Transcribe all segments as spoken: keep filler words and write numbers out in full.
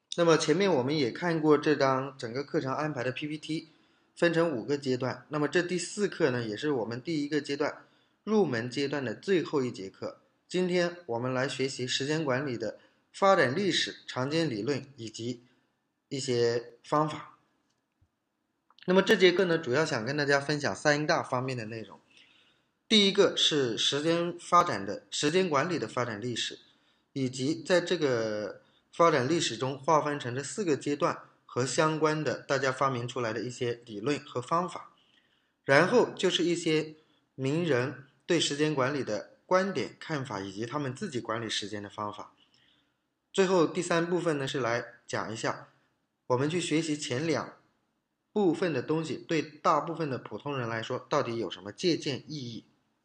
那么前面我们也看过这张整个课程安排的 P P T， 分成五个阶段。那么这第四课呢，也是我们第一个阶段入门阶段的最后一节课。今天我们来学习时间管理的发展历史、常见理论以及一些方法。那么这节课呢，主要想跟大家分享三大方面的内容。第一个是时间发展的时间管理的发展历史，以及在这个发展历史中划分成这四个阶段和相关的大家发明出来的一些理论和方法。然后就是一些名人对时间管理的观点看法，以及他们自己管理时间的方法。最后第三部分呢，是来讲一下我们去学习前两部分的东西对大部分的普通人来说到底有什么借鉴意义。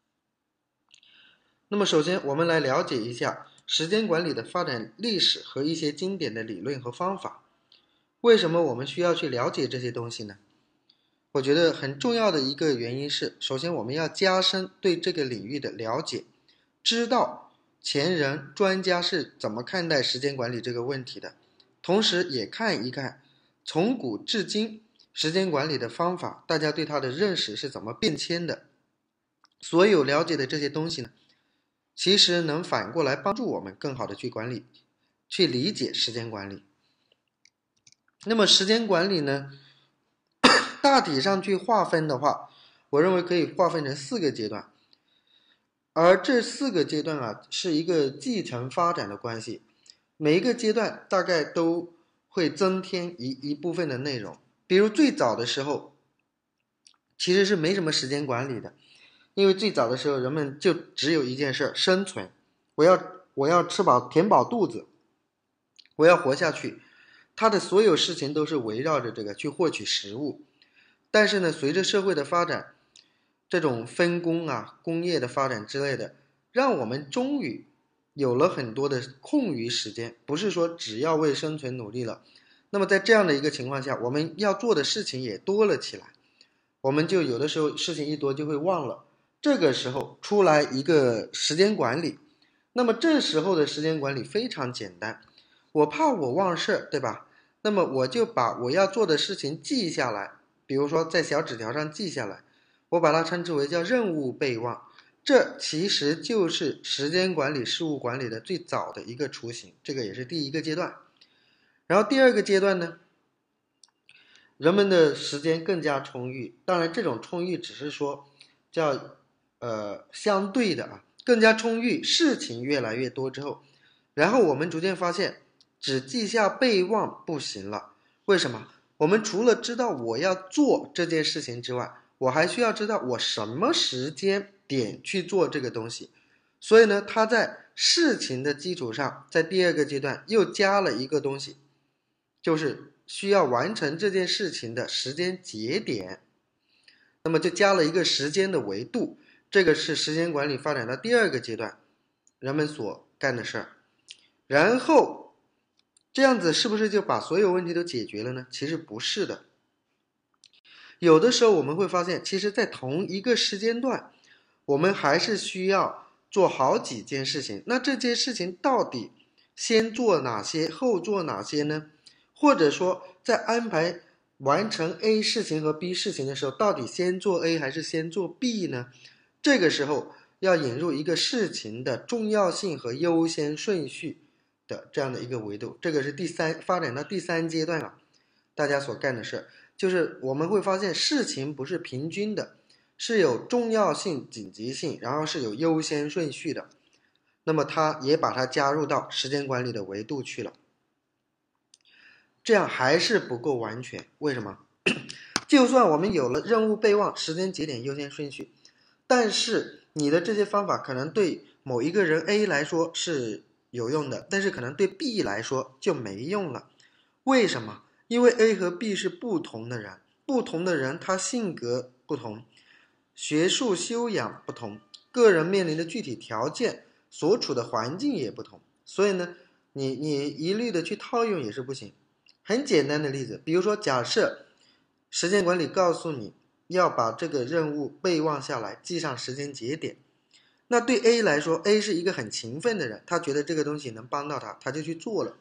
那么首先我们来了解一下时间管理的发展历史和一些经典的理论和方法。为什么我们需要去了解这些东西呢？我觉得很重要的一个原因是，首先我们要加深对这个领域的了解，知道前人专家是怎么看待时间管理这个问题的，同时也看一看从古至今时间管理的方法大家对它的认识是怎么变迁的。所有了解的这些东西呢，其实能反过来帮助我们更好的去管理，去理解时间管理。那么时间管理呢，大体上去划分的话，我认为可以划分成四个阶段。而这四个阶段啊，是一个继承发展的关系，每一个阶段大概都会增添一一部分的内容。比如最早的时候，其实是没什么时间管理的，因为最早的时候人们就只有一件事，生存。我要我要吃饱填饱肚子，我要活下去，他的所有事情都是围绕着这个去获取食物。但是呢，随着社会的发展，这种分工啊、工业的发展之类的，让我们终于有了很多的空余时间，不是说只要为生存努力了。那么在这样的一个情况下，我们要做的事情也多了起来，我们就有的时候事情一多就会忘了。这个时候出来一个时间管理，那么这时候的时间管理非常简单，我怕我忘事，对吧？那么我就把我要做的事情记下来，比如说在小纸条上记下来，我把它称之为叫任务备忘。这其实就是时间管理、事务管理的最早的一个雏形，这个也是第一个阶段。然后第二个阶段呢，人们的时间更加充裕，当然这种充裕只是说叫呃相对的啊，更加充裕，事情越来越多之后，然后我们逐渐发现只记下备忘不行了。为什么？我们除了知道我要做这件事情之外，我还需要知道我什么时间点去做这个东西。所以呢，他在事情的基础上，在第二个阶段又加了一个东西，就是需要完成这件事情的时间节点。那么就加了一个时间的维度，这个是时间管理发展到第二个阶段人们所干的事儿。然后这样子是不是就把所有问题都解决了呢？其实不是的。有的时候我们会发现，其实在同一个时间段，我们还是需要做好几件事情。那这件事情到底先做哪些，后做哪些呢？或者说在安排完成 A 事情和 B 事情的时候，到底先做 A 还是先做 B 呢？这个时候要引入一个事情的重要性和优先顺序的这样的一个维度，这个是第三发展到第三阶段啊，大家所干的事，就是我们会发现事情不是平均的，是有重要性、紧急性，然后是有优先顺序的。那么它也把它加入到时间管理的维度去了。这样还是不够完全，为什么？就算我们有了任务备忘、时间节点优先顺序，但是你的这些方法可能对某一个人 A 来说是有用的，但是可能对 B 来说就没用了。为什么？因为 A 和 B 是不同的人，不同的人他性格不同，学术修养不同，个人面临的具体条件，所处的环境也不同，所以呢，你你一律的去套用也是不行。很简单的例子，比如说假设时间管理告诉你要把这个任务备忘下来，记上时间节点，那对 A 来说， A 是一个很勤奋的人，他觉得这个东西能帮到他，他就去做了。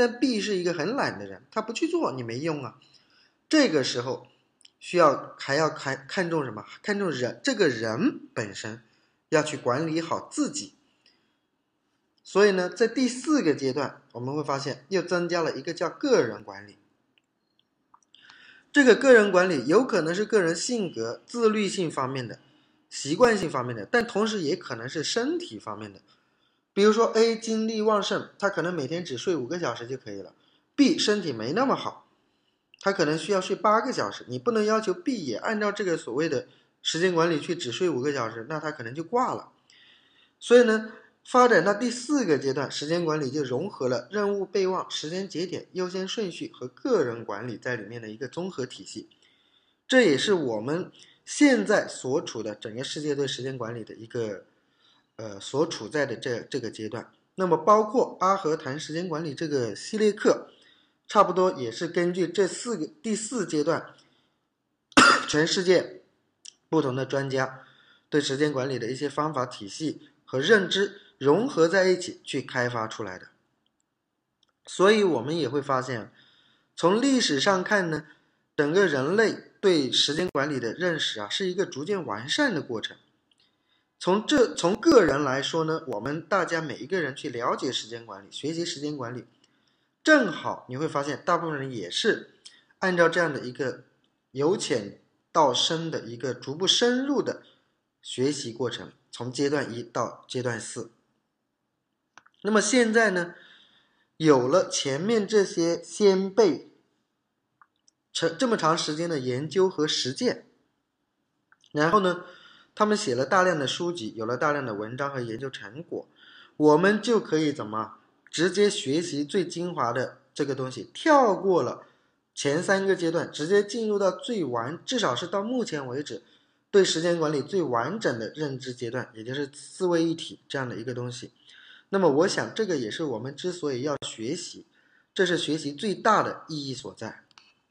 但 B 是一个很懒的人，他不去做你没用啊。这个时候需要还要看看重什么？看重人，这个人本身要去管理好自己。所以呢，在第四个阶段，我们会发现又增加了一个叫个人管理。这个个人管理有可能是个人性格、自律性方面的、习惯性方面的，但同时也可能是身体方面的。比如说 A 精力旺盛，他可能每天只睡五个小时就可以了。B 身体没那么好，他可能需要睡八个小时。你不能要求 B 也按照这个所谓的时间管理去只睡五个小时，那他可能就挂了。所以呢，发展到第四个阶段，时间管理就融合了任务备忘、时间节点、优先顺序和个人管理在里面的一个综合体系。这也是我们现在所处的整个世界对时间管理的一个呃所处在的这这个阶段。那么包括阿和谈时间管理这个系列课，差不多也是根据这四个第四阶段全世界不同的专家对时间管理的一些方法体系和认知融合在一起去开发出来的。所以我们也会发现，从历史上看呢，整个人类对时间管理的认识啊，是一个逐渐完善的过程。从这从个人来说呢，我们大家每一个人去了解时间管理，学习时间管理，正好你会发现大部分人也是按照这样的一个由浅到深的一个逐步深入的学习过程，从阶段一到阶段四。那么现在呢，有了前面这些先辈这么长时间的研究和实践，然后呢他们写了大量的书籍，有了大量的文章和研究成果，我们就可以怎么直接学习最精华的这个东西，跳过了前三个阶段，直接进入到最完，至少是到目前为止对时间管理最完整的认知阶段，也就是四位一体这样的一个东西。那么我想这个也是我们之所以要学习，这是学习最大的意义所在。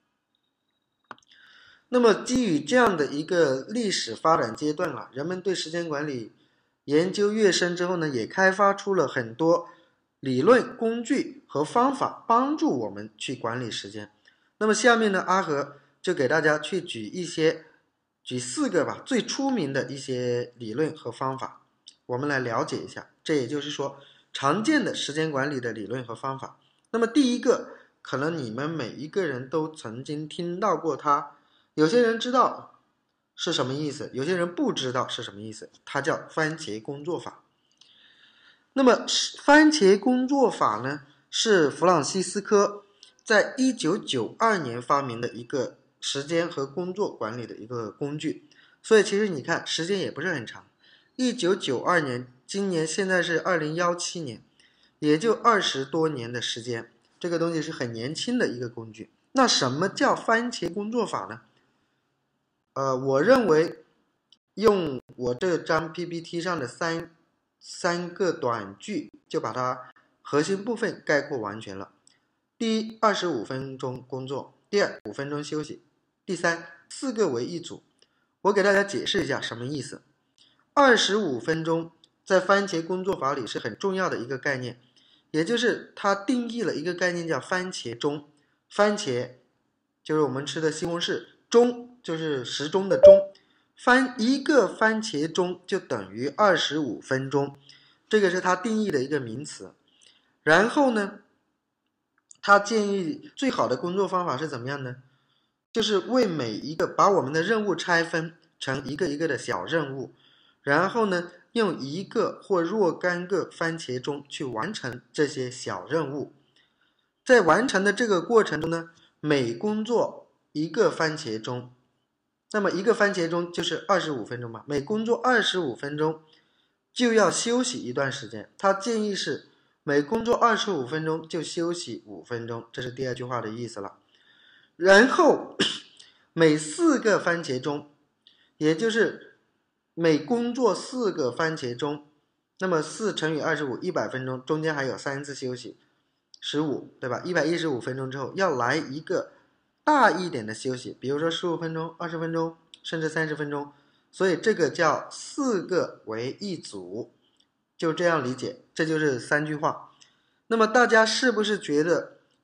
那么基于这样的一个历史发展阶段啊，人们对时间管理研究越深之后呢，也开发出了很多理论工具和方法帮助我们去管理时间。那么下面呢，阿和就给大家去举一些举四个吧最出名的一些理论和方法，我们来了解一下，这也就是说常见的时间管理的理论和方法。那么第一个，可能你们每一个人都曾经听到过它，有些人知道是什么意思，有些人不知道是什么意思，它叫番茄工作法。那么番茄工作法呢，是弗朗西斯科在一九九二年发明的一个时间和工作管理的一个工具。所以其实你看时间也不是很长，一九九二年，今年现在是二零一七年，也就二十多年的时间，这个东西是很年轻的一个工具。那什么叫番茄工作法呢？呃，我认为用我这张 P P T 上的三三个短句就把它核心部分概括完全了。第一，二十五分钟工作；第二，五分钟休息；第三，四个为一组。我给大家解释一下什么意思。二十五分钟在番茄工作法里是很重要的一个概念，也就是它定义了一个概念叫番茄钟。番茄就是我们吃的西红柿，钟就是时钟的钟，番一个番茄钟就等于二十五分钟，这个是它定义的一个名词。然后呢，他建议最好的工作方法是怎么样呢？就是为每一个把我们的任务拆分成一个一个的小任务，然后呢，用一个或若干个番茄钟去完成这些小任务。在完成的这个过程中呢，每工作一个番茄钟，那么一个番茄钟就是二十五分钟嘛，每工作二十五分钟就要休息一段时间。他建议是每工作二十五分钟就休息五分钟，这是第二句话的意思了。然后每四个番茄钟，也就是每工作四个番茄钟，那么四乘以二十五，一百分钟，中间还有三次休息，十五，对吧？一百一十五分钟之后要来一个大一点的休息，比如说十五分钟、二十分钟，甚至三十分钟。所以这个叫四个为一组，就这样理解，这就是三句话。那么大家是不是觉得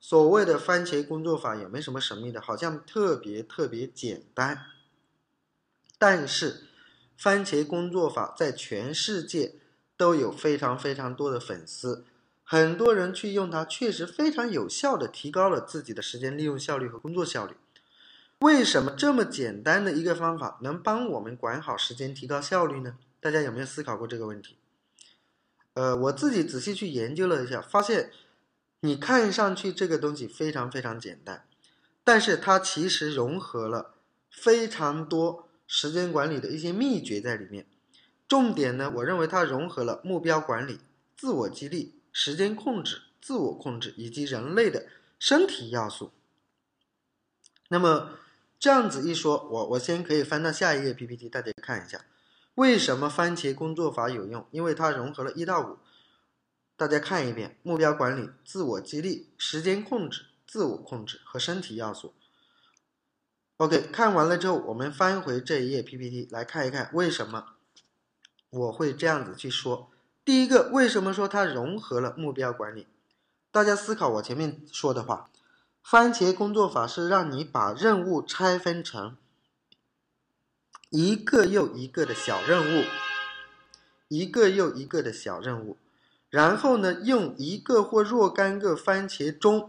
所谓的番茄工作法也没什么神秘的，好像特别特别简单。但是番茄工作法在全世界都有非常非常多的粉丝，很多人去用它，确实非常有效的提高了自己的时间利用效率和工作效率。为什么这么简单的一个方法能帮我们管好时间提高效率呢？大家有没有思考过这个问题？呃，我自己仔细去研究了一下，发现你看上去这个东西非常非常简单，但是它其实融合了非常多时间管理的一些秘诀在里面。重点呢，我认为它融合了目标管理、自我激励、时间控制、自我控制以及人类的身体要素。那么这样子一说，我我先可以翻到下一页 P P T， 大家看一下为什么番茄工作法有用，因为它融合了一到五。大家看一遍：目标管理、自我激励、时间控制、自我控制和身体要素。OK， 看完了之后，我们翻回这一页 P P T 来看一看为什么我会这样子去说。第一个，为什么说它融合了目标管理？大家思考我前面说的话，番茄工作法是让你把任务拆分成一个又一个的小任务，一个又一个的小任务，然后呢，用一个或若干个番茄钟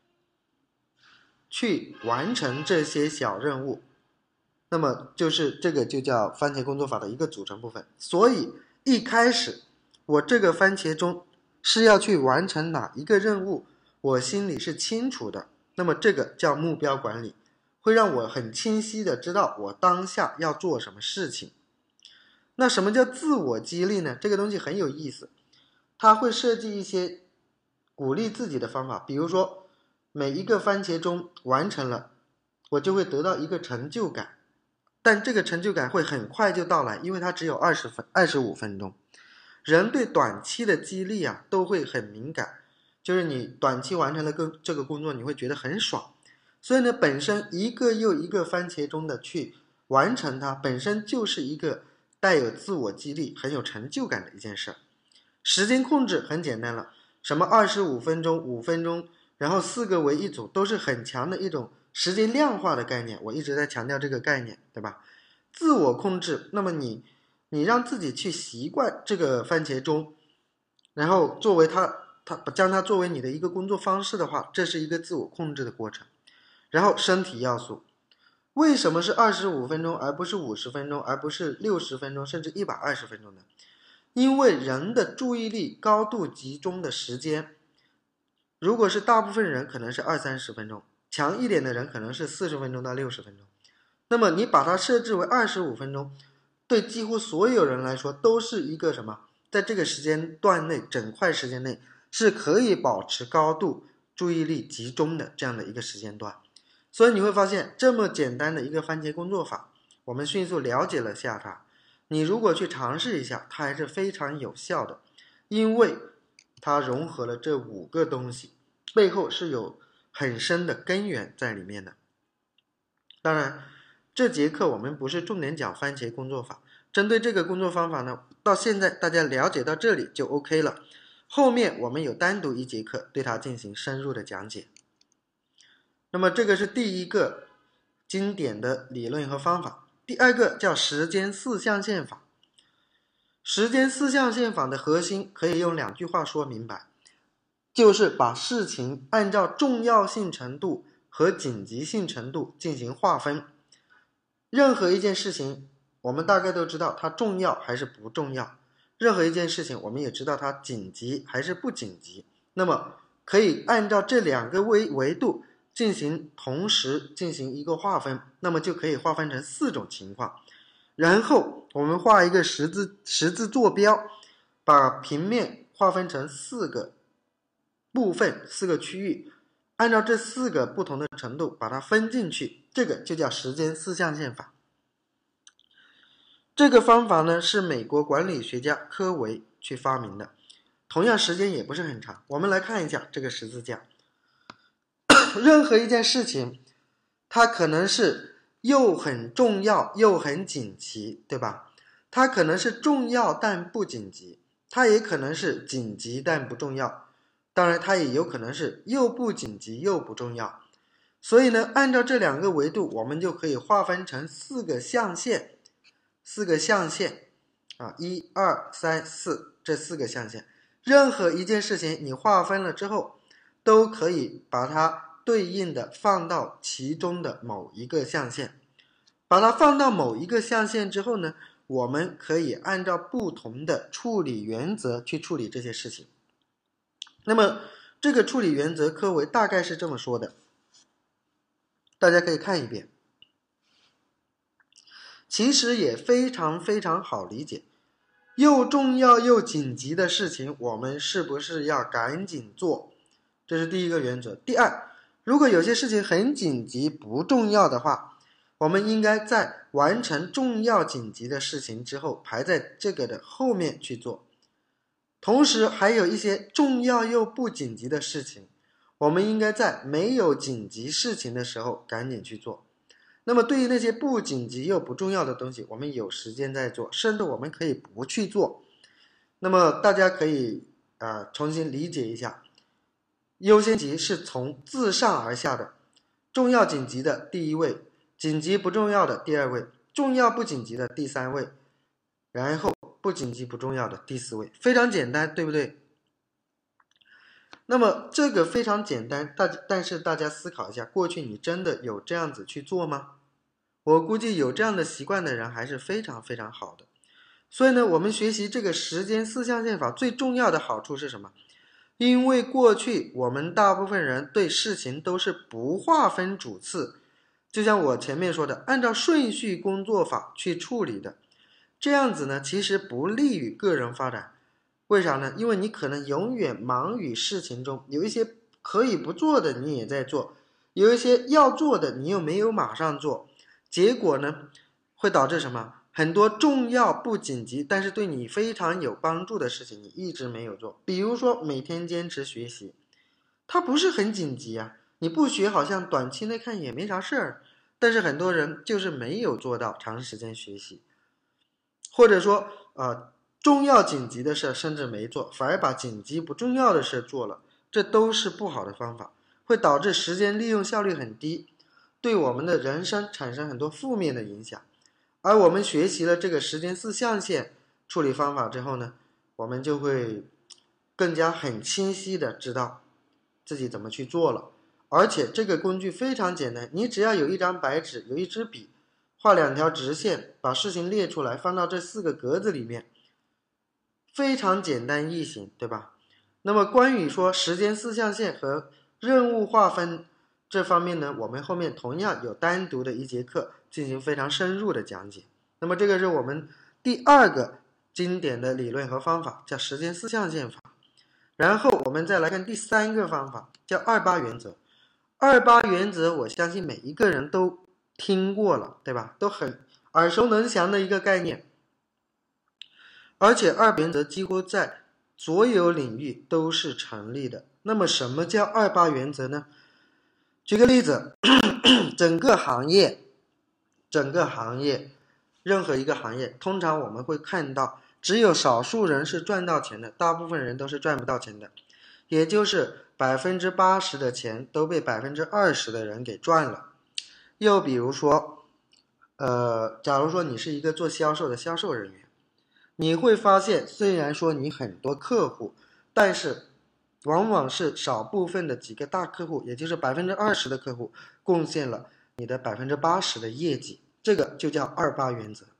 去完成这些小任务。那么就是这个就叫番茄工作法的一个组成部分。所以一开始我这个番茄钟是要去完成哪一个任务，我心里是清楚的。那么这个叫目标管理，会让我很清晰的知道我当下要做什么事情。那什么叫自我激励呢？这个东西很有意思，它会设计一些鼓励自己的方法。比如说每一个番茄钟完成了，我就会得到一个成就感，但这个成就感会很快就到来，因为它只有二十分二十五分钟。人对短期的激励啊都会很敏感，就是你短期完成了个这个工作，你会觉得很爽。所以呢，本身一个又一个番茄钟的去完成它，本身就是一个带有自我激励、很有成就感的一件事。时间控制很简单了，什么二十五分钟、五分钟，然后四个为一组，都是很强的一种时间量化的概念。我一直在强调这个概念，对吧？自我控制，那么你你让自己去习惯这个番茄钟，然后作为它它将它作为你的一个工作方式的话，这是一个自我控制的过程。然后身体要素，为什么是二十五分钟而不是五十分钟，而不是六十分钟甚至一百二十分钟呢？因为人的注意力高度集中的时间，如果是大部分人可能是二三十分钟，强一点的人可能是四十分钟到六十分钟。那么你把它设置为二十五分钟，对几乎所有人来说都是一个什么？在这个时间段内，整块时间内是可以保持高度注意力集中的这样的一个时间段。所以你会发现，这么简单的一个番茄工作法，我们迅速了解了下它。你如果去尝试一下，它还是非常有效的，因为它融合了这五个东西，背后是有很深的根源在里面的。当然这节课我们不是重点讲番茄工作法，针对这个工作方法呢，到现在大家了解到这里就 OK 了，后面我们有单独一节课对它进行深入的讲解。那么这个是第一个经典的理论和方法。第二个叫时间四象限法。时间四象限法的核心可以用两句话说明白，就是把事情按照重要性程度和紧急性程度进行划分。任何一件事情我们大概都知道它重要还是不重要，任何一件事情我们也知道它紧急还是不紧急，那么可以按照这两个维维度进行同时进行一个划分，那么就可以划分成四种情况。然后我们画一个十字十字坐标，把平面划分成四个部分，四个区域，按照这四个不同的程度把它分进去，这个就叫时间四象限法。这个方法呢是美国管理学家科维去发明的，同样时间也不是很长。我们来看一下这个十字架，任何一件事情它可能是又很重要又很紧急，对吧？它可能是重要但不紧急，它也可能是紧急但不重要。 当然它也有可能是又不紧急又不重要。所以呢，按照这两个维度，我们就可以划分成四个象限，四个象限啊，一二三四这四个象限。任何一件事情你划分了之后，都可以把它对应的放到其中的某一个象限。把它放到某一个象限之后呢，我们可以按照不同的处理原则去处理这些事情。那么这个处理原则柯维大概是这么说的，大家可以看一遍，其实也非常非常好理解。又重要又紧急的事情，我们是不是要赶紧做？这是第一个原则。第二，如果有些事情很紧急不重要的话，我们应该在完成重要紧急的事情之后，排在这个的后面去做。同时还有一些重要又不紧急的事情，我们应该在没有紧急事情的时候赶紧去做。那么对于那些不紧急又不重要的东西，我们有时间再做，甚至我们可以不去做。那么大家可以、呃、重新理解一下，优先级是从自上而下的，重要紧急的第一位，紧急不重要的第二位，重要不紧急的第三位，然后不紧急不重要的第四位。非常简单，对不对？那么这个非常简单，但是大家思考一下，过去你真的有这样子去做吗？我估计有这样的习惯的人还是非常非常好的。所以呢，我们学习这个时间四象限法最重要的好处是什么？因为过去我们大部分人对事情都是不划分主次，就像我前面说的，按照顺序工作法去处理的。这样子呢，其实不利于个人发展。为啥呢？因为你可能永远忙于事情中，有一些可以不做的你也在做，有一些要做的你又没有马上做，结果呢会导致什么？很多重要不紧急但是对你非常有帮助的事情你一直没有做。比如说每天坚持学习，它不是很紧急啊，你不学好像短期内看也没啥事儿，但是很多人就是没有做到长时间学习。或者说呃重要紧急的事甚至没做，反而把紧急不重要的事做了，这都是不好的方法，会导致时间利用效率很低，对我们的人生产生很多负面的影响。而我们学习了这个时间四象限处理方法之后呢，我们就会更加很清晰的知道自己怎么去做了。而且这个工具非常简单，你只要有一张白纸，有一支笔，画两条直线，把事情列出来，放到这四个格子里面，非常简单易行，对吧？那么关于说时间四象限和任务划分这方面呢，我们后面同样有单独的一节课进行非常深入的讲解。那么这个是我们第二个经典的理论和方法，叫时间四象限法。然后我们再来看第三个方法，叫二八原则。二八原则我相信每一个人都听过了，对吧？都很耳熟能详的一个概念。而且二八原则几乎在所有领域都是成立的。那么什么叫二八原则呢？举个例子，整个行业整个行业任何一个行业，通常我们会看到只有少数人是赚到钱的，大部分人都是赚不到钱的，也就是百分之八十的钱都被百分之二十的人给赚了。又比如说呃，假如说你是一个做销售的销售人员，你会发现虽然说你很多客户，但是往往是少部分的几个大客户，也就是百分之二十的客户贡献了你的百分之八十的业绩，这个就叫二八原则。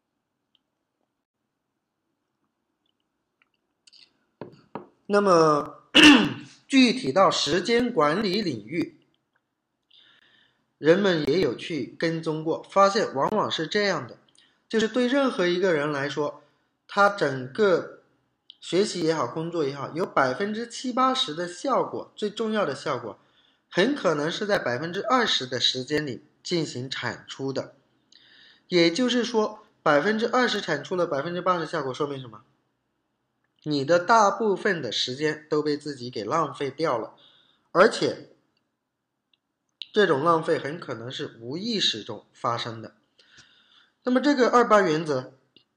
那么具体到时间管理领域，人们也有去跟踪过，发现往往是这样的，就是对任何一个人来说，他整个学习也好，工作也好，有百分之七八十的效果，最重要的效果，很可能是在百分之二十的时间里进行产出的。也就是说，百分之二十产出了百分之八十效果，说明什么？你的大部分的时间都被自己给浪费掉了，而且这种浪费很可能是无意识中发生的。那么这个二八原则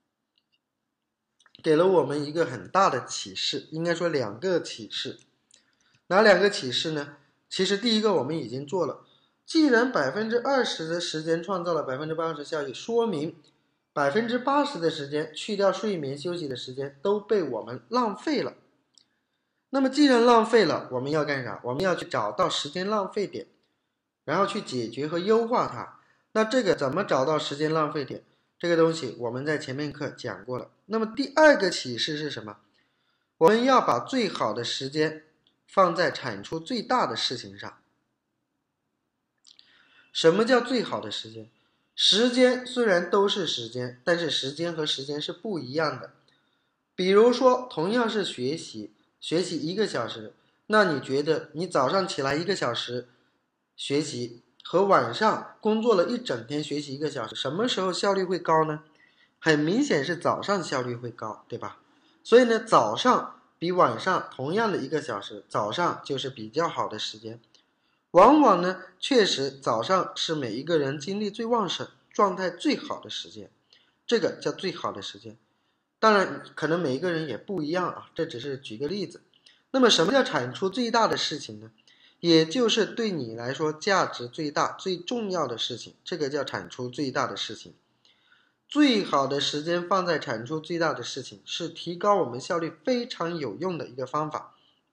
给了我们一个很大的启示，应该说两个启示。 哪两个启示呢？其实第一个我们已经做了，既然百分之二十的时间创造了百分之八十效益，说明百分之八十的时间去掉睡眠休息的时间都被我们浪费了。那么既然浪费了，我们要干啥？我们要去找到时间浪费点，然后去解决和优化它。那这个怎么找到时间浪费点？这个东西我们在前面课讲过了。那么第二个启示是什么？我们要把最好的时间放在产出最大的事情上。什么叫最好的时间？时间虽然都是时间，但是时间和时间是不一样的。比如说同样是学习，学习一个小时，那你觉得你早上起来一个小时学习和晚上工作了一整天学习一个小时，什么时候效率会高呢？很明显是早上效率会高，对吧？所以呢，早上比晚上同样的一个小时，早上就是比较好的时间。往往呢，确实早上是每一个人精力最旺盛、状态最好的时间，这个叫最好的时间。当然，可能每一个人也不一样啊，这只是举个例子。那么什么叫产出最大的事情呢？也就是对你来说价值最大、最重要的事情，这个叫产出最大的事情。最好的时间放在产出最大的事情，是提高我们效率非常有用的一个方法。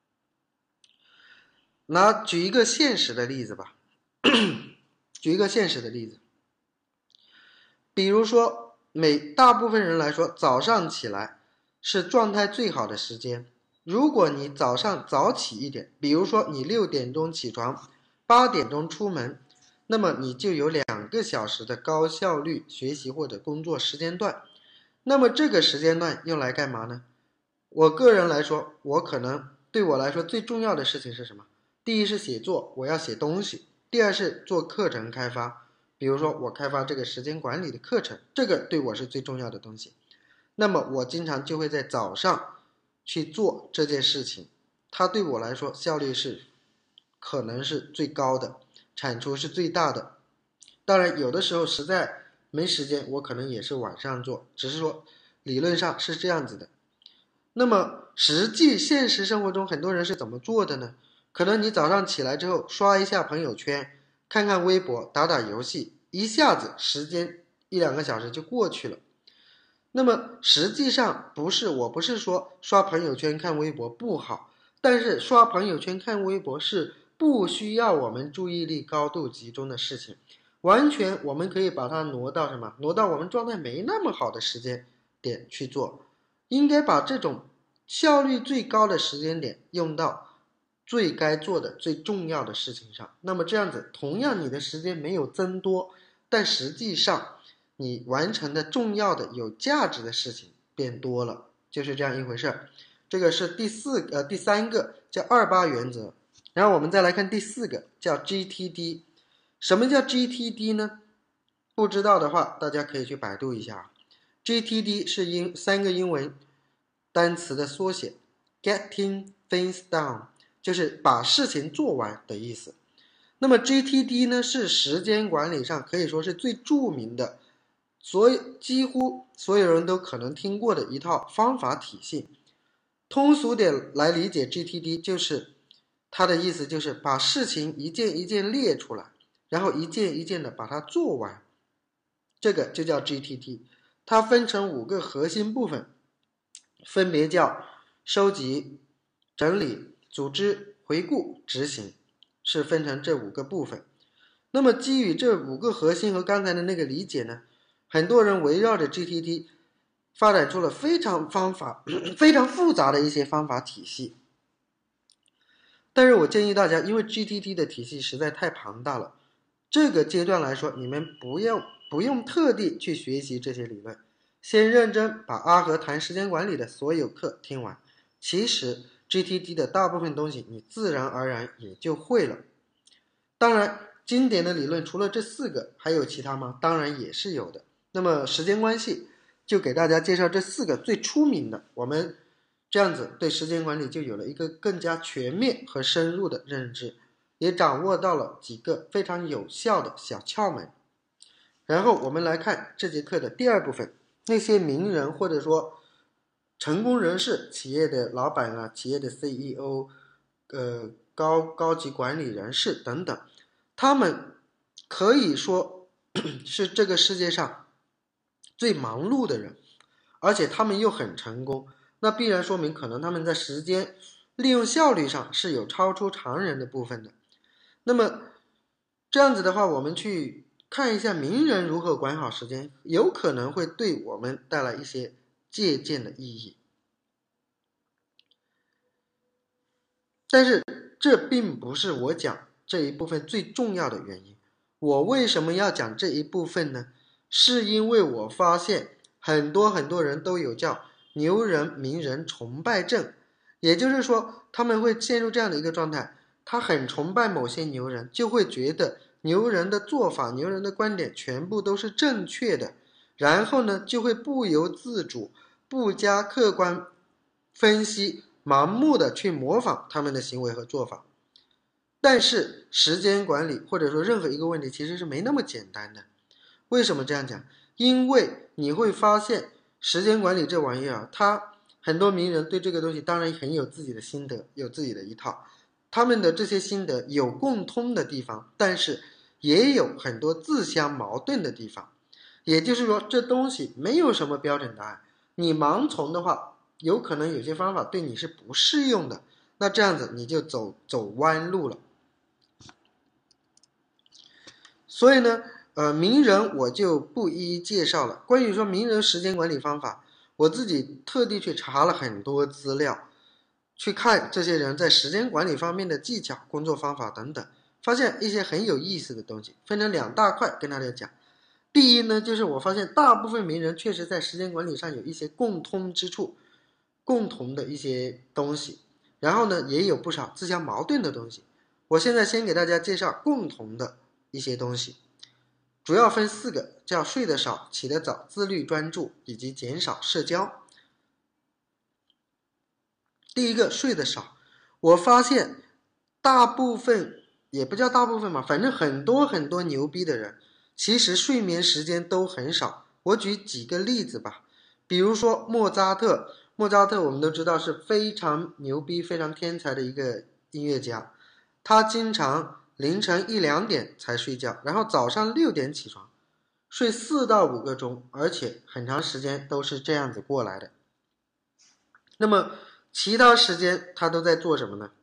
拿举一个现实的例子吧，举一个现实的例子，比如说每大部分人来说，早上起来是状态最好的时间。如果你早上早起一点，比如说你六点钟起床，八点钟出门，那么你就有两个小时的高效率学习或者工作时间段。那么这个时间段用来干嘛呢？我个人来说，我可能对我来说最重要的事情是什么？第一是写作，我要写东西；第二是做课程开发，比如说我开发这个时间管理的课程，这个对我是最重要的东西。那么我经常就会在早上去做这件事情，它对我来说效率是可能是最高的，产出是最大的。当然有的时候实在没时间，我可能也是晚上做，只是说理论上是这样子的。那么实际现实生活中很多人是怎么做的呢？可能你早上起来之后刷一下朋友圈，看看微博，打打游戏，一下子时间一两个小时就过去了。那么实际上不是，我不是说刷朋友圈看微博不好，但是刷朋友圈看微博是不需要我们注意力高度集中的事情，完全我们可以把它挪到什么？挪到我们状态没那么好的时间点去做。应该把这种效率最高的时间点用到最该做的最重要的事情上。那么这样子同样你的时间没有增多，但实际上你完成的重要的有价值的事情变多了，就是这样一回事。这个是第四呃第三个叫二八原则。然后我们再来看第四个叫 G T D。 什么叫 G T D 呢？不知道的话大家可以去百度一下。G T D 是英三个英文单词的缩写 Getting things done， 就是把事情做完的意思。那么 G T D 呢，是时间管理上可以说是最著名的，所以几乎所有人都可能听过的一套方法体系。通俗点来理解 G T D， 就是它的意思就是把事情一件一件列出来，然后一件一件的把它做完，这个就叫 G T D。它分成五个核心部分，分别叫收集、整理、组织、回顾、执行，是分成这五个部分。那么基于这五个核心和刚才的那个理解呢，很多人围绕着 G T D 发展出了非常方法非常复杂的一些方法体系。但是我建议大家，因为 G T D 的体系实在太庞大了，这个阶段来说你们不要不用特地去学习这些理论，先认真把阿和谈时间管理的所有课听完，其实 G T D 的大部分东西你自然而然也就会了。当然经典的理论除了这四个还有其他吗？当然也是有的。那么时间关系就给大家介绍这四个最出名的，我们这样子对时间管理就有了一个更加全面和深入的认知，也掌握到了几个非常有效的小窍门。然后我们来看这节课的第二部分，那些名人或者说成功人士，企业的老板啊，企业的 C E O， 呃， 高高级管理人士等等，他们可以说是这个世界上最忙碌的人，而且他们又很成功，那必然说明可能他们在时间利用效率上是有超出常人的部分的。那么这样子的话，我们去看一下名人如何管好时间，有可能会对我们带来一些借鉴的意义。但是这并不是我讲这一部分最重要的原因。我为什么要讲这一部分呢？是因为我发现很多很多人都有叫牛人名人崇拜症，也就是说他们会陷入这样的一个状态，他很崇拜某些牛人，就会觉得牛人的做法牛人的观点全部都是正确的，然后呢就会不由自主不加客观分析，盲目的去模仿他们的行为和做法。但是时间管理或者说任何一个问题其实是没那么简单的。为什么这样讲？因为你会发现时间管理这玩意儿，他很多名人对这个东西当然很有自己的心得，有自己的一套，他们的这些心得有共通的地方，但是也有很多自相矛盾的地方。也就是说这东西没有什么标准答案，你盲从的话，有可能有些方法对你是不适用的，那这样子你就走走弯路了。所以呢呃，名人我就不一一介绍了。关于说名人时间管理方法，我自己特地去查了很多资料，去看这些人在时间管理方面的技巧、工作方法等等，发现一些很有意思的东西，分成两大块跟大家讲。第一呢，就是我发现大部分名人确实在时间管理上有一些共通之处，共同的一些东西，然后呢也有不少自相矛盾的东西。我现在先给大家介绍共同的一些东西，主要分四个，叫睡得少、起得早、自律专注以及减少社交。第一个，睡得少。我发现大部分，也不叫大部分嘛，反正很多很多牛逼的人其实睡眠时间都很少。我举几个例子吧，比如说莫扎特。莫扎特我们都知道是非常牛逼非常天才的一个音乐家，他经常凌晨一两点才睡觉，然后早上六点起床，睡四到五个钟，而且很长时间都是这样子过来的。那么其他时间他都在做什么呢？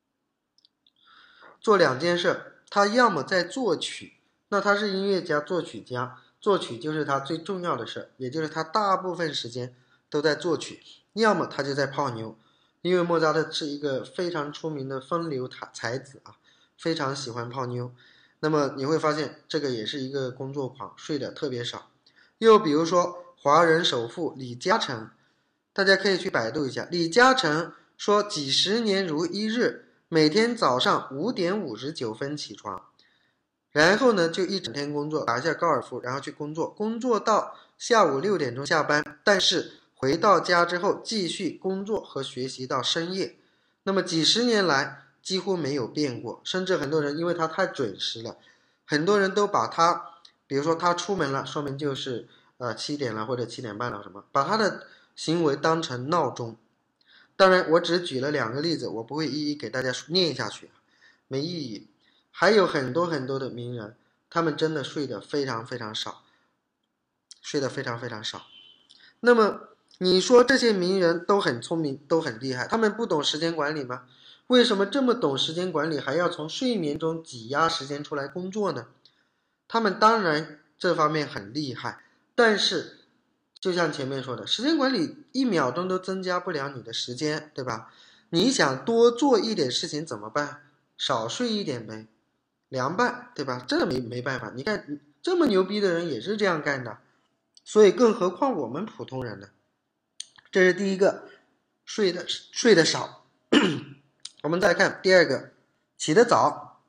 做两件事，他要么在作曲，那他是音乐家作曲家，作曲就是他最重要的事，也就是他大部分时间都在作曲，要么他就在泡妞，因为莫扎特是一个非常出名的风流才子啊，非常喜欢泡妞。那么你会发现这个也是一个工作狂，睡得特别少。又比如说华人首富李嘉诚，大家可以去百度一下，李嘉诚说几十年如一日，每天早上五点五十九分起床，然后呢就一整天工作，打一下高尔夫，然后去工作，工作到下午六点钟下班，但是回到家之后继续工作和学习到深夜。那么几十年来几乎没有变过，甚至很多人因为他太准时了，很多人都把他，比如说他出门了，说明就是呃七点了或者七点半了什么，把他的行为当成闹钟。当然我只举了两个例子，我不会一一给大家念下去，没意义。还有很多很多的名人，他们真的睡得非常非常少，睡得非常非常少。那么你说这些名人都很聪明，都很厉害，他们不懂时间管理吗？为什么这么懂时间管理，还要从睡眠中挤压时间出来工作呢？他们当然这方面很厉害，但是就像前面说的，时间管理一秒钟都增加不了你的时间，对吧？你想多做一点事情怎么办？少睡一点呗，凉拌，对吧？这没没办法，你看这么牛逼的人也是这样干的，所以更何况我们普通人呢？这是第一个，睡得睡得少。我们再看第二个，起得早。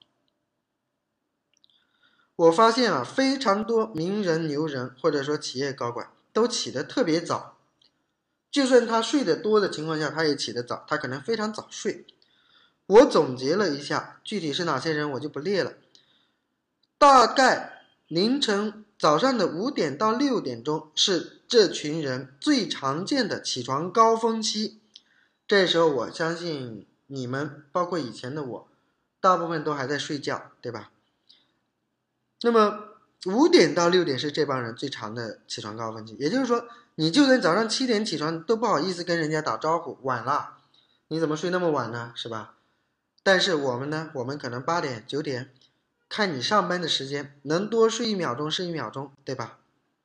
我发现啊，非常多名人牛人或者说企业高管都起得特别早，就算他睡得多的情况下，他也起得早，他可能非常早睡。我总结了一下，具体是哪些人我就不列了。大概凌晨早上的五点到六点钟是这群人最常见的起床高峰期，这时候我相信你们包括以前的我大部分都还在睡觉，对吧？那么五点到六点是这帮人最长的起床高峰期，也就是说你就算早上七点起床都不好意思跟人家打招呼，晚了，你怎么睡那么晚呢，是吧？但是我们呢，我们可能八点九点，看你上班的时间，能多睡一秒钟是一秒钟，对吧？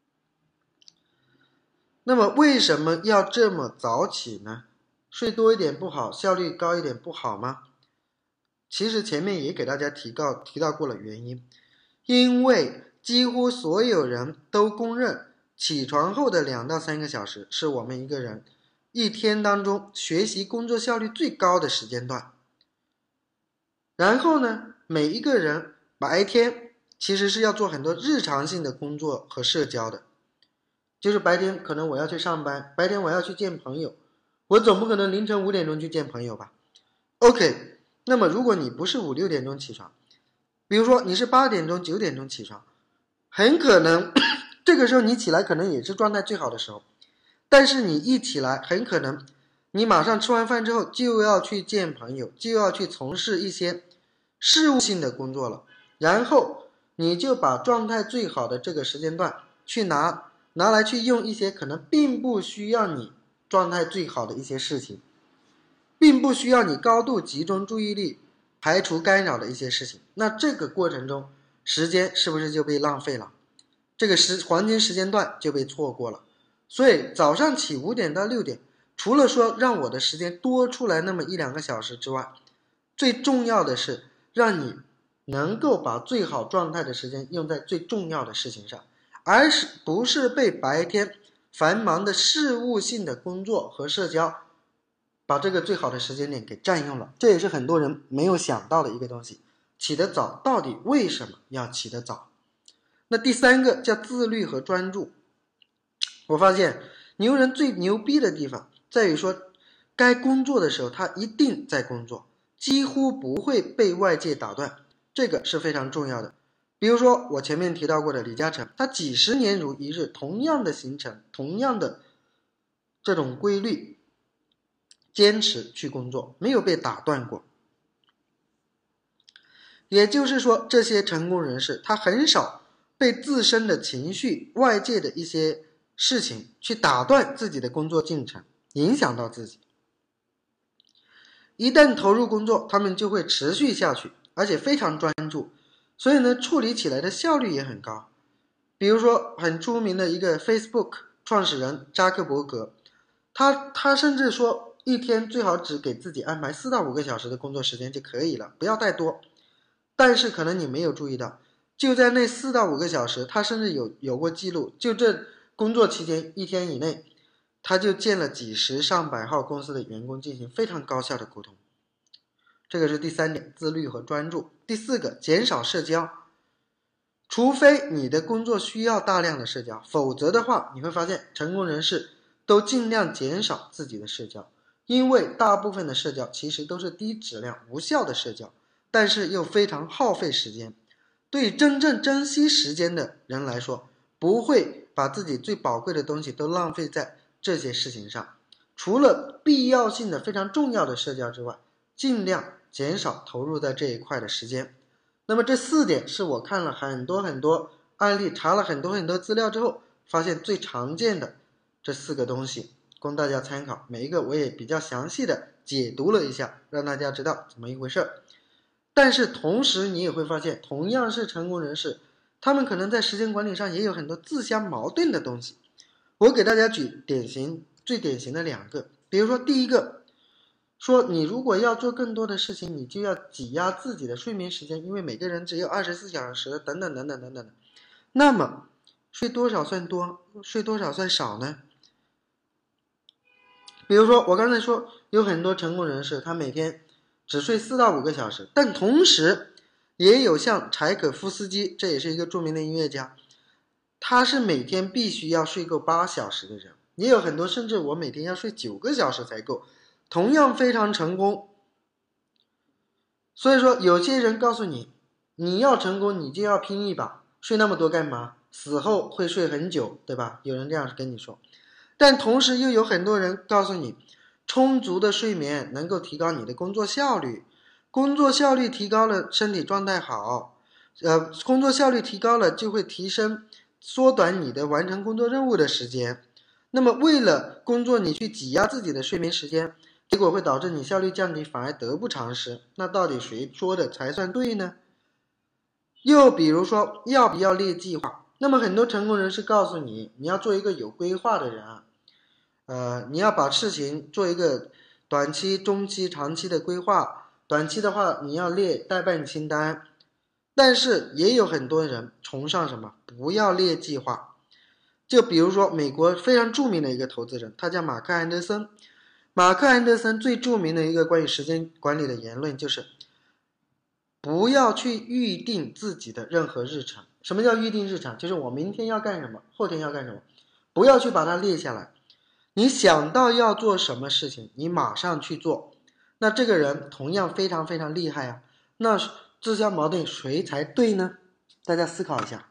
那么为什么要这么早起呢？睡多一点不好，效率高一点不好吗？其实前面也给大家提到提到过了原因，因为几乎所有人都公认起床后的两到三个小时是我们一个人一天当中学习工作效率最高的时间段。然后呢，每一个人白天其实是要做很多日常性的工作和社交的，就是白天可能我要去上班，白天我要去见朋友，我总不可能凌晨五点钟去见朋友吧。 OK， 那么如果你不是五六点钟起床，比如说你是八点钟九点钟起床，很可能这个时候你起来可能也是状态最好的时候，但是你一起来很可能你马上吃完饭之后就要去见朋友，就要去从事一些事务性的工作了，然后你就把状态最好的这个时间段去拿拿来去用一些可能并不需要你状态最好的一些事情，并不需要你高度集中注意力排除干扰的一些事情，那这个过程中时间是不是就被浪费了？这个时黄金时间段就被错过了。所以早上起五点到六点，除了说让我的时间多出来那么一两个小时之外，最重要的是让你能够把最好状态的时间用在最重要的事情上，而是不是被白天繁忙的事务性的工作和社交把这个最好的时间点给占用了。这也是很多人没有想到的一个东西，起得早到底为什么要起得早？那第三个叫自律和专注。我发现牛人最牛逼的地方在于说，该工作的时候他一定在工作，几乎不会被外界打断，这个是非常重要的。比如说我前面提到过的李嘉诚，他几十年如一日，同样的行程，同样的这种规律，坚持去工作，没有被打断过。也就是说，这些成功人士他很少被自身的情绪、外界的一些事情去打断自己的工作进程，影响到自己。一旦投入工作，他们就会持续下去，而且非常专注，所以呢，处理起来的效率也很高。比如说很出名的一个 Facebook 创始人扎克伯格，他他甚至说一天最好只给自己安排四到五个小时的工作时间就可以了，不要太多。但是可能你没有注意到，就在那四到五个小时，他甚至有有过记录，就这工作期间一天以内，他就见了几十上百号公司的员工进行非常高效的沟通。这个是第三点，自律和专注。第四个，减少社交。除非你的工作需要大量的社交，否则的话你会发现成功人士都尽量减少自己的社交，因为大部分的社交其实都是低质量无效的社交，但是又非常耗费时间。对于真正珍惜时间的人来说，不会把自己最宝贵的东西都浪费在这些事情上，除了必要性的非常重要的社交之外，尽量减少投入在这一块的时间。那么这四点是我看了很多很多案例，查了很多很多资料之后发现最常见的这四个东西，供大家参考。每一个我也比较详细的解读了一下，让大家知道怎么一回事。但是同时你也会发现，同样是成功人士，他们可能在时间管理上也有很多自相矛盾的东西。我给大家举典型最典型的两个。比如说第一个，说你如果要做更多的事情，你就要挤压自己的睡眠时间，因为每个人只有二十四小时等等等等等等。那么睡多少算多，睡多少算少呢？比如说我刚才说有很多成功人士他每天只睡四到五个小时，但同时也有像柴可夫斯基，这也是一个著名的音乐家，他是每天必须要睡够八小时的人。也有很多甚至我每天要睡九个小时才够，同样非常成功。所以说有些人告诉你，你要成功你就要拼一把，睡那么多干嘛？死后会睡很久，对吧？有人这样跟你说。但同时又有很多人告诉你，充足的睡眠能够提高你的工作效率， 工作效率提高了，身体状态好，呃，工作效率提高了就会提升，缩短你的完成工作任务的时间。那么为了工作你去挤压自己的睡眠时间，结果会导致你效率降低，反而得不偿失。那到底谁说的才算对呢？又比如说要不要列计划，那么很多成功人士告诉你，你要做一个有规划的人啊，呃，你要把事情做一个短期、中期、长期的规划。短期的话，你要列待办清单。但是也有很多人崇尚什么？不要列计划。就比如说美国非常著名的一个投资人，他叫马克·安德森。马克·安德森最著名的一个关于时间管理的言论就是，不要去预定自己的任何日程。什么叫预定日程？就是我明天要干什么，后天要干什么，不要去把它列下来。你想到要做什么事情，你马上去做。那这个人同样非常非常厉害啊。那自相矛盾谁才对呢？大家思考一下。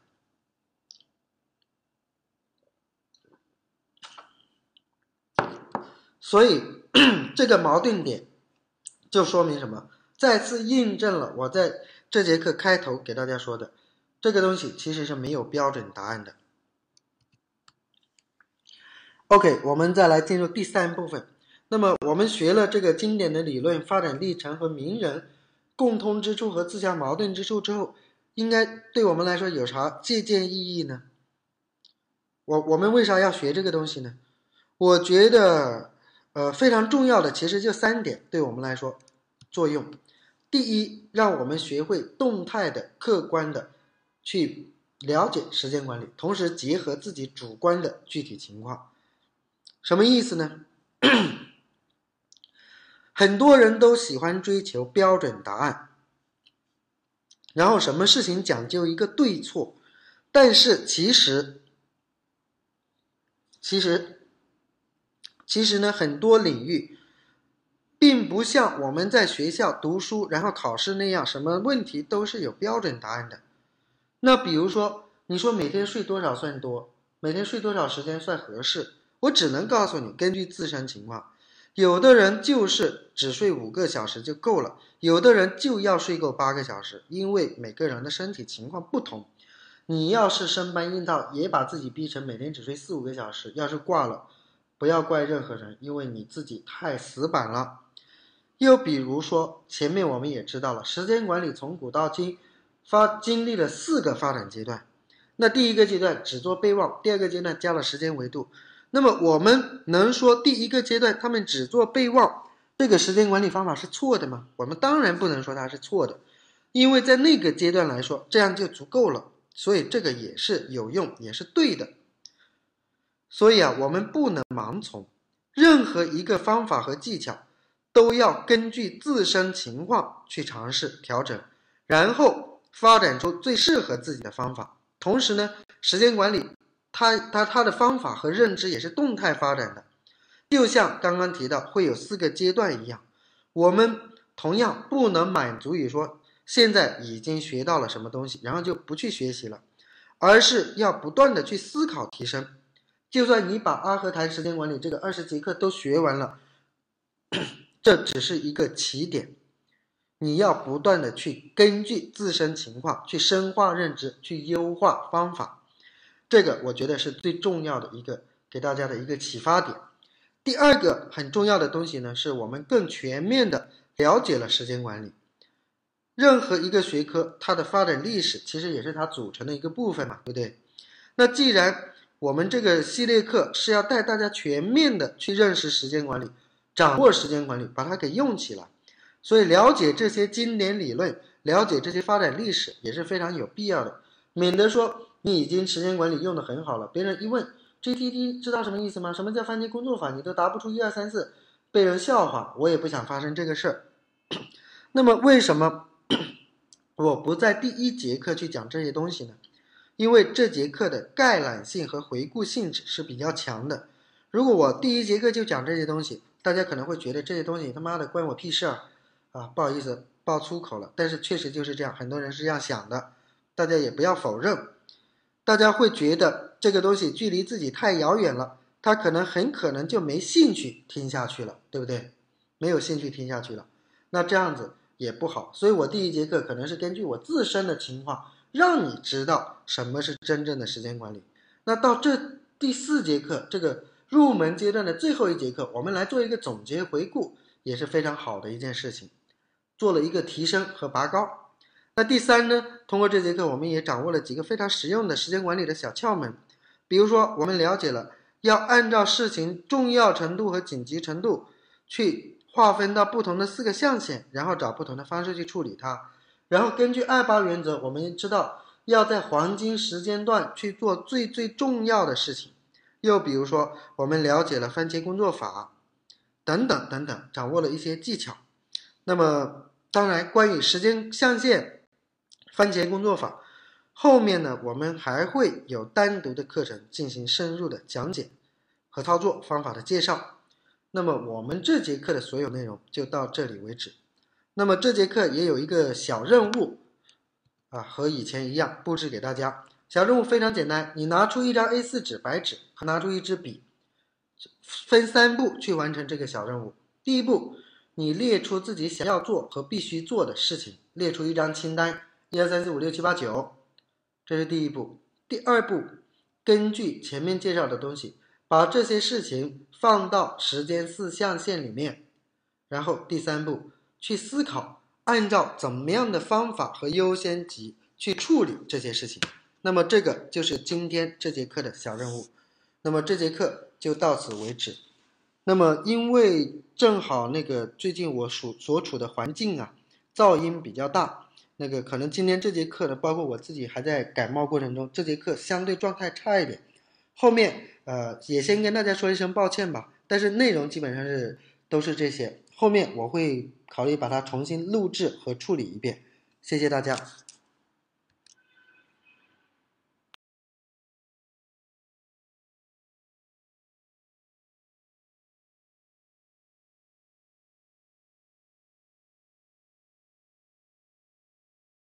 所以这个矛盾点就说明什么？再次印证了我在这节课开头给大家说的，这个东西其实是没有标准答案的。OK， 我们再来进入第三部分。那么我们学了这个经典的理论、发展历程和名人共通之处和自相矛盾之处之后，应该对我们来说有啥借鉴意义呢？我我们为啥要学这个东西呢？我觉得呃非常重要的其实就三点对我们来说作用。第一，让我们学会动态的、客观的去了解时间管理，同时结合自己主观的具体情况。什么意思呢？很多人都喜欢追求标准答案，然后什么事情讲究一个对错，但是其实其实其实呢，很多领域并不像我们在学校读书然后考试那样，什么问题都是有标准答案的。那比如说你说每天睡多少算多，每天睡多少时间算合适，我只能告诉你根据自身情况。有的人就是只睡五个小时就够了，有的人就要睡够八个小时，因为每个人的身体情况不同。你要是生搬硬套，也把自己逼成每天只睡四五个小时，要是挂了，不要怪任何人，因为你自己太死板了。又比如说，前面我们也知道了，时间管理从古到今发经历了四个发展阶段。那第一个阶段只做备忘，第二个阶段加了时间维度。那么我们能说第一个阶段他们只做备忘，这个时间管理方法是错的吗？我们当然不能说它是错的，因为在那个阶段来说，这样就足够了，所以这个也是有用，也是对的。所以啊，我们不能盲从，任何一个方法和技巧都要根据自身情况去尝试调整，然后发展出最适合自己的方法。同时呢，时间管理它它它的方法和认知也是动态发展的，就像刚刚提到会有四个阶段一样，我们同样不能满足于说现在已经学到了什么东西，然后就不去学习了，而是要不断的去思考提升。就算你把阿和谈时间管理这个二十节课都学完了，这只是一个起点，你要不断的去根据自身情况去深化认知，去优化方法。这个我觉得是最重要的一个给大家的一个启发点。第二个很重要的东西呢，是我们更全面的了解了时间管理。任何一个学科它的发展历史其实也是它组成的一个部分嘛，对不对？那既然我们这个系列课是要带大家全面的去认识时间管理，掌握时间管理，把它给用起来，所以了解这些经典理论，了解这些发展历史也是非常有必要的，免得说你已经时间管理用得很好了，别人一问 G T D 知道什么意思吗？什么叫番茄工作法？你都答不出一二三四，被人笑话。我也不想发生这个事儿。那么为什么我不在第一节课去讲这些东西呢？因为这节课的概览性和回顾性质是比较强的。如果我第一节课就讲这些东西，大家可能会觉得这些东西他妈的关我屁事儿啊！不好意思爆粗口了，但是确实就是这样，很多人是这样想的，大家也不要否认。大家会觉得这个东西距离自己太遥远了，他可能很可能就没兴趣听下去了，对不对？没有兴趣听下去了，那这样子也不好，所以我第一节课可能是根据我自身的情况，让你知道什么是真正的时间管理。那到这第四节课，这个入门阶段的最后一节课，我们来做一个总结回顾，也是非常好的一件事情，做了一个提升和拔高。那第三呢，通过这节课我们也掌握了几个非常实用的时间管理的小窍门。比如说我们了解了要按照事情重要程度和紧急程度去划分到不同的四个象限，然后找不同的方式去处理它。然后根据二八原则，我们知道要在黄金时间段去做最最重要的事情。又比如说我们了解了番茄工作法等等等等，掌握了一些技巧。那么当然关于时间象限、番茄工作法后面呢，我们还会有单独的课程进行深入的讲解和操作方法的介绍。那么我们这节课的所有内容就到这里为止。那么这节课也有一个小任务啊，和以前一样布置给大家。小任务非常简单，你拿出一张 A 四 纸白纸和拿出一支笔，分三步去完成这个小任务。第一步，你列出自己想要做和必须做的事情，列出一张清单，一二三四五六七八九，这是第一步。第二步，根据前面介绍的东西，把这些事情放到时间四象限里面。然后第三步，去思考按照怎么样的方法和优先级去处理这些事情。那么这个就是今天这节课的小任务。那么这节课就到此为止。那么因为正好那个最近我所所处的环境啊，噪音比较大，那个可能今天这节课呢，包括我自己还在感冒过程中，这节课相对状态差一点。后面呃也先跟大家说一声抱歉吧，但是内容基本上是都是这些，后面我会考虑把它重新录制和处理一遍。谢谢大家。